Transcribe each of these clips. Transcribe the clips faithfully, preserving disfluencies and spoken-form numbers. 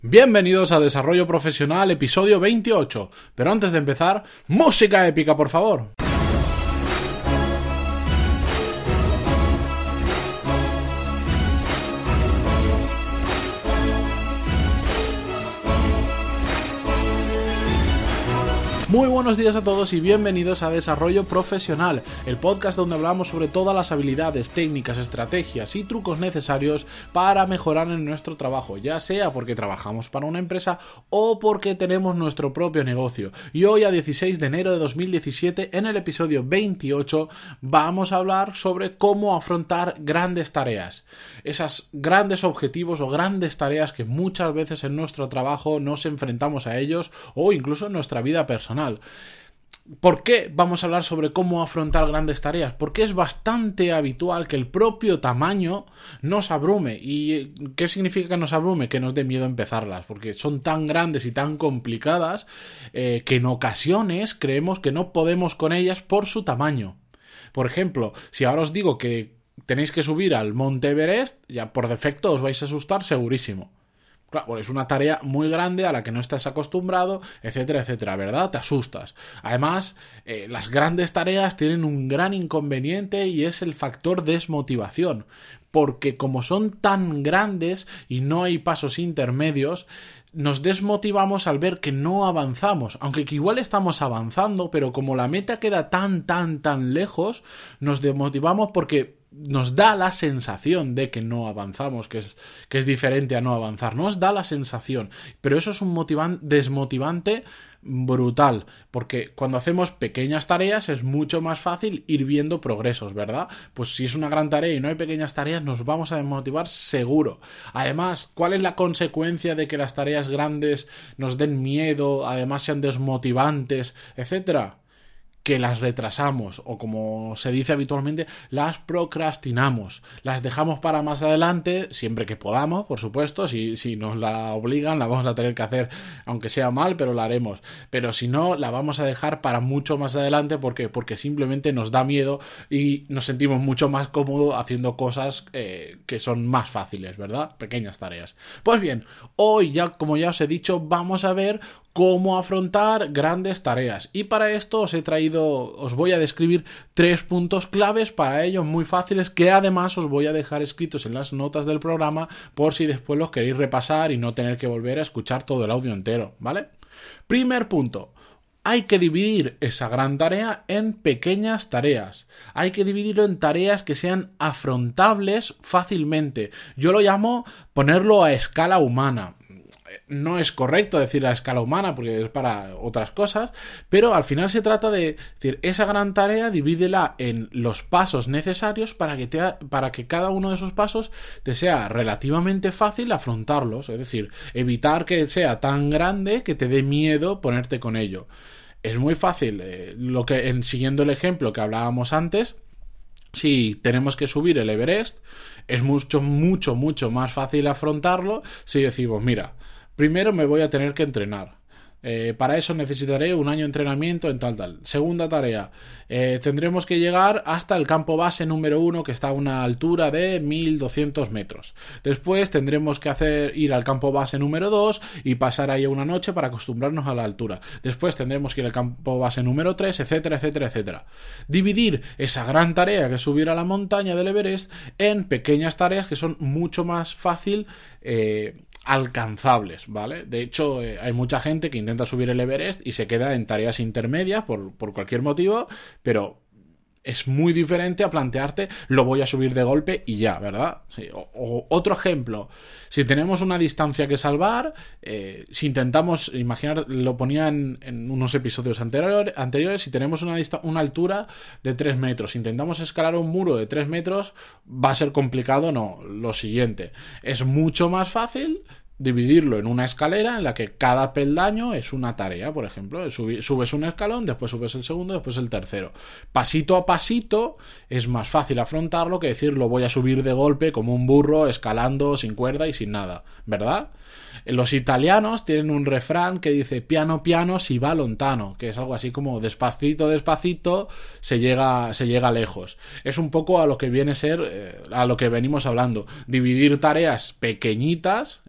Bienvenidos a Desarrollo Profesional, episodio veintiocho. Pero antes de empezar, música épica, por favor. Muy buenos días a todos y bienvenidos a Desarrollo Profesional, el podcast donde hablamos sobre todas las habilidades, técnicas, estrategias y trucos necesarios para mejorar en nuestro trabajo, ya sea porque trabajamos para una empresa o porque tenemos nuestro propio negocio. Y hoy, a dieciséis de enero de dos mil diecisiete, en el episodio veintiocho, vamos a hablar sobre cómo afrontar grandes tareas. Esos grandes objetivos o grandes tareas que muchas veces en nuestro trabajo nos enfrentamos a ellos o incluso en nuestra vida personal. ¿Por qué vamos a hablar sobre cómo afrontar grandes tareas? Porque es bastante habitual que el propio tamaño nos abrume. ¿Y qué significa que nos abrume? Que nos dé miedo empezarlas, porque son tan grandes y tan complicadas eh, que en ocasiones creemos que no podemos con ellas por su tamaño. Por ejemplo, si ahora os digo que tenéis que subir al Monte Everest, ya por defecto os vais a asustar segurísimo. Claro, es una tarea muy grande a la que no estás acostumbrado, etcétera, etcétera, ¿verdad? Te asustas. Además, eh, las grandes tareas tienen un gran inconveniente y es el factor desmotivación. Porque como son tan grandes y no hay pasos intermedios, nos desmotivamos al ver que no avanzamos, aunque que igual estamos avanzando, pero como la meta queda tan, tan, tan lejos, nos desmotivamos porque nos da la sensación de que no avanzamos, que es, que es diferente a no avanzar. Nos da la sensación, pero eso es un motivan- desmotivante brutal, porque cuando hacemos pequeñas tareas es mucho más fácil ir viendo progresos, ¿verdad? Pues si es una gran tarea y no hay pequeñas tareas, nos vamos a desmotivar seguro. Además, ¿cuál es la consecuencia de que las tareas grandes nos den miedo, además sean desmotivantes, etcétera? Que las retrasamos o, como se dice habitualmente, las procrastinamos, las dejamos para más adelante, siempre que podamos, por supuesto. Si, si nos la obligan la vamos a tener que hacer, aunque sea mal, pero la haremos, pero si no, la vamos a dejar para mucho más adelante. ¿Por qué? Porque simplemente nos da miedo y nos sentimos mucho más cómodos haciendo cosas eh, que son más fáciles, ¿verdad? Pequeñas tareas. Pues bien, hoy ya, como ya os he dicho, vamos a ver cómo afrontar grandes tareas, y para esto os he traído, os voy a describir tres puntos claves para ello, muy fáciles, que además os voy a dejar escritos en las notas del programa por si después los queréis repasar y no tener que volver a escuchar todo el audio entero, ¿vale? Primer punto: hay que dividir esa gran tarea en pequeñas tareas. Hay que dividirlo en tareas que sean afrontables fácilmente. Yo lo llamo ponerlo a escala humana. No es correcto decir a escala humana porque es para otras cosas, pero al final se trata de decir, esa gran tarea divídela en los pasos necesarios para que, te, para que cada uno de esos pasos te sea relativamente fácil afrontarlos, es decir, evitar que sea tan grande que te dé miedo ponerte con ello. Es muy fácil, eh, lo que en, siguiendo el ejemplo que hablábamos antes. Si tenemos que subir el Everest, es mucho, mucho, mucho más fácil afrontarlo si decimos, mira, primero me voy a tener que entrenar. Eh, para eso necesitaré un año de entrenamiento en tal, tal. Segunda tarea, eh, tendremos que llegar hasta el campo base número uno, que está a una altura de mil doscientos metros. Después tendremos que hacer ir al campo base número dos y pasar ahí una noche para acostumbrarnos a la altura. Después tendremos que ir al campo base número tres, etcétera, etcétera, etcétera. Dividir esa gran tarea que es subir a la montaña del Everest en pequeñas tareas que son mucho más fácil eh, alcanzables, ¿vale? De hecho, eh, hay mucha gente que intenta subir el Everest y se queda en tareas intermedias por, por cualquier motivo, pero es muy diferente a plantearte lo voy a subir de golpe y ya, ¿verdad? Sí. O, o otro ejemplo, si tenemos una distancia que salvar, eh, si intentamos, imaginar, lo ponía en, en unos episodios anterior, anteriores, si tenemos una, dista- una altura de tres metros, si intentamos escalar un muro de tres metros, va a ser complicado. No, lo siguiente, es mucho más fácil dividirlo en una escalera en la que cada peldaño es una tarea. Por ejemplo, subir, subes un escalón, después subes el segundo, después el tercero. Pasito a pasito es más fácil afrontarlo que decir lo voy a subir de golpe como un burro escalando sin cuerda y sin nada, ¿verdad? Los italianos tienen un refrán que dice piano piano si va lontano, que es algo así como despacito despacito se llega, se llega lejos. Es un poco a lo que viene a ser, eh, a lo que venimos hablando, dividir tareas pequeñitas en tareas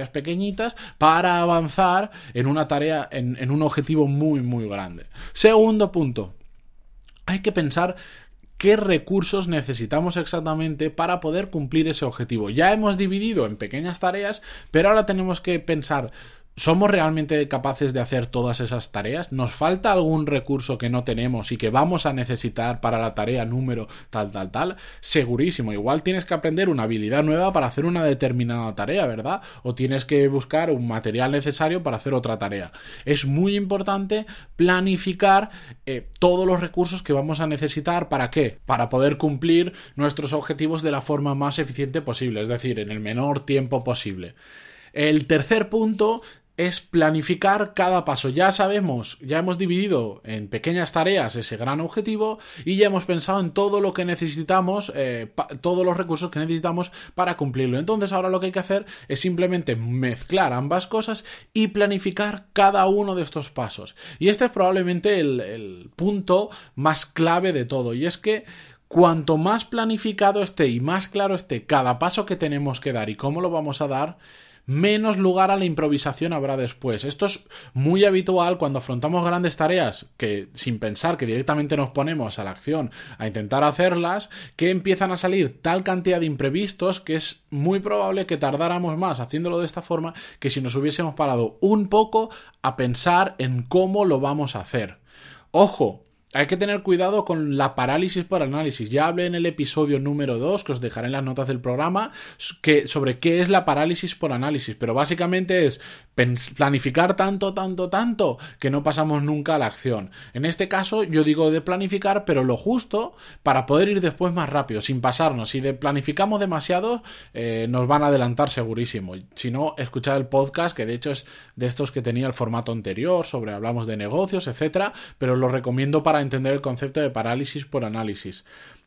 tareas pequeñitas para avanzar en una tarea, en, en un objetivo muy, muy grande. Segundo punto, hay que pensar qué recursos necesitamos exactamente para poder cumplir ese objetivo. Ya hemos dividido en pequeñas tareas, pero ahora tenemos que pensar, ¿somos realmente capaces de hacer todas esas tareas? ¿Nos falta algún recurso que no tenemos y que vamos a necesitar para la tarea número tal, tal, tal? Segurísimo. Igual tienes que aprender una habilidad nueva para hacer una determinada tarea, ¿verdad? O tienes que buscar un material necesario para hacer otra tarea. Es muy importante planificar eh, todos los recursos que vamos a necesitar. ¿Para qué? Para poder cumplir nuestros objetivos de la forma más eficiente posible, es decir, en el menor tiempo posible. El tercer punto es planificar cada paso. Ya sabemos, ya hemos dividido en pequeñas tareas ese gran objetivo y ya hemos pensado en todo lo que necesitamos, eh, pa- todos los recursos que necesitamos para cumplirlo. Entonces ahora lo que hay que hacer es simplemente mezclar ambas cosas y planificar cada uno de estos pasos. Y este es probablemente el, el punto más clave de todo, y es que cuanto más planificado esté y más claro esté cada paso que tenemos que dar y cómo lo vamos a dar, menos lugar a la improvisación habrá después. Esto es muy habitual cuando afrontamos grandes tareas que sin pensar que directamente nos ponemos a la acción a intentar hacerlas, que empiezan a salir tal cantidad de imprevistos que es muy probable que tardáramos más haciéndolo de esta forma que si nos hubiésemos parado un poco a pensar en cómo lo vamos a hacer. ¡Ojo! Hay que tener cuidado con la parálisis por análisis. Ya hablé en el episodio número dos, que os dejaré en las notas del programa, que, sobre qué es la parálisis por análisis. Pero básicamente es planificar tanto, tanto, tanto, que no pasamos nunca a la acción. En este caso yo digo de planificar, pero lo justo para poder ir después más rápido, sin pasarnos. Si de planificamos demasiado, eh, nos van a adelantar segurísimo. Si no, escuchad el podcast, que de hecho es de estos que tenía el formato anterior, sobre hablamos de negocios, etcétera, pero lo recomiendo para entender el concepto de parálisis por análisis.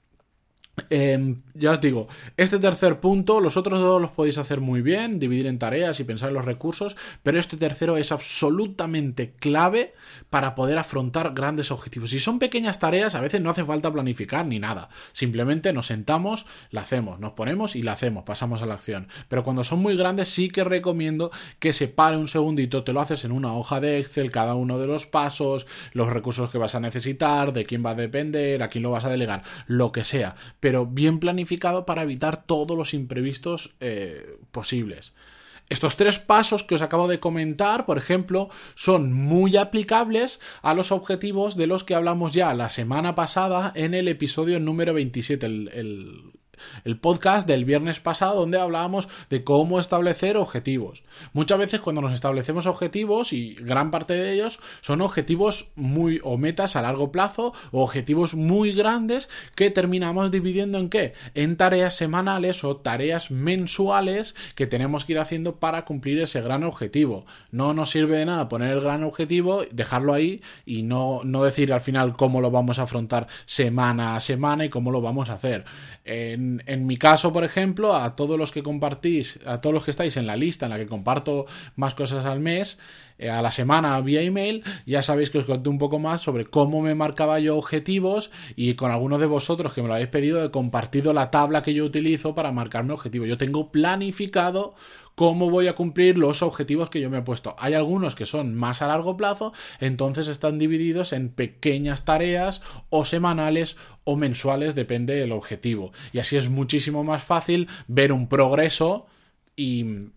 Eh, ya os digo, este tercer punto, los otros dos los podéis hacer muy bien, dividir en tareas y pensar en los recursos, pero este tercero es absolutamente clave para poder afrontar grandes objetivos. Si son pequeñas tareas, a veces no hace falta planificar ni nada, simplemente nos sentamos, la hacemos, nos ponemos y la hacemos, pasamos a la acción. Pero cuando son muy grandes sí que recomiendo que se pare un segundito, te lo haces en una hoja de Excel, cada uno de los pasos, los recursos que vas a necesitar, de quién va a depender, a quién lo vas a delegar, lo que sea, pero bien planificado para evitar todos los imprevistos eh, posibles. Estos tres pasos que os acabo de comentar, por ejemplo, son muy aplicables a los objetivos de los que hablamos ya la semana pasada en el episodio número veintisiete, el, el, el podcast del viernes pasado, donde hablábamos de cómo establecer objetivos. Muchas veces cuando nos establecemos objetivos, y gran parte de ellos son objetivos muy o metas a largo plazo o objetivos muy grandes que terminamos dividiendo en ¿qué? En tareas semanales o tareas mensuales que tenemos que ir haciendo para cumplir ese gran objetivo. No nos sirve de nada poner el gran objetivo, dejarlo ahí y no, no decir al final cómo lo vamos a afrontar semana a semana y cómo lo vamos a hacer. En, en mi caso, por ejemplo, a todos los que compartís, a todos los que estáis en la lista en la que comparto más cosas al mes, eh, a la semana vía email, ya sabéis que os conté un poco más sobre cómo me marcaba yo objetivos, y con algunos de vosotros que me lo habéis pedido he compartido la tabla que yo utilizo para marcarme objetivos. Yo tengo planificado cómo voy a cumplir los objetivos que yo me he puesto. Hay algunos que son más a largo plazo, entonces están divididos en pequeñas tareas o semanales o mensuales, depende del objetivo. Y así es muchísimo más fácil ver un progreso y...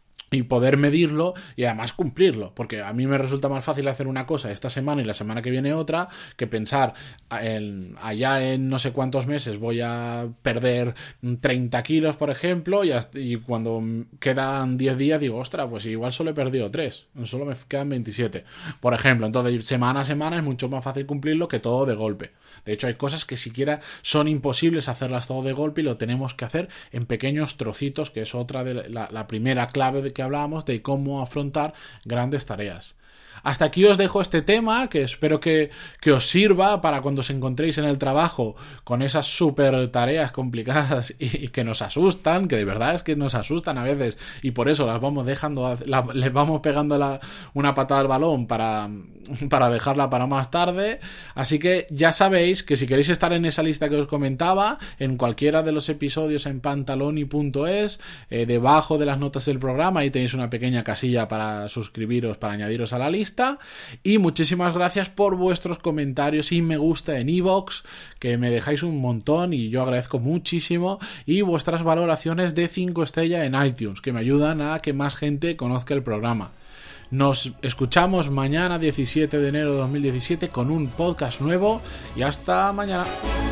y poder medirlo y además cumplirlo, porque a mí me resulta más fácil hacer una cosa esta semana y la semana que viene otra que pensar en, allá en no sé cuántos meses voy a perder treinta kilos, por ejemplo, y, hasta, y cuando quedan diez días digo, ostras, pues igual solo he perdido tres, solo me quedan veintisiete, por ejemplo. Entonces semana a semana es mucho más fácil cumplirlo que todo de golpe. De hecho hay cosas que siquiera son imposibles hacerlas todo de golpe y lo tenemos que hacer en pequeños trocitos, que es otra de la, la primera clave de que hablábamos de cómo afrontar grandes tareas. Hasta aquí os dejo este tema, que espero que, que os sirva para cuando os encontréis en el trabajo con esas súper tareas complicadas y, y que nos asustan, que de verdad es que nos asustan a veces y por eso las vamos dejando, la, les vamos pegando la, una patada al balón para, para dejarla para más tarde. Así que ya sabéis que si queréis estar en esa lista que os comentaba, en cualquiera de los episodios en pantaloni punto es, eh, debajo de las notas del programa hay Ahí tenéis una pequeña casilla para suscribiros, para añadiros a la lista. Y muchísimas gracias por vuestros comentarios y me gusta en iVoox, que me dejáis un montón y yo agradezco muchísimo. Y vuestras valoraciones de cinco estrellas en iTunes, que me ayudan a que más gente conozca el programa. Nos escuchamos mañana diecisiete de enero de dos mil diecisiete con un podcast nuevo y hasta mañana.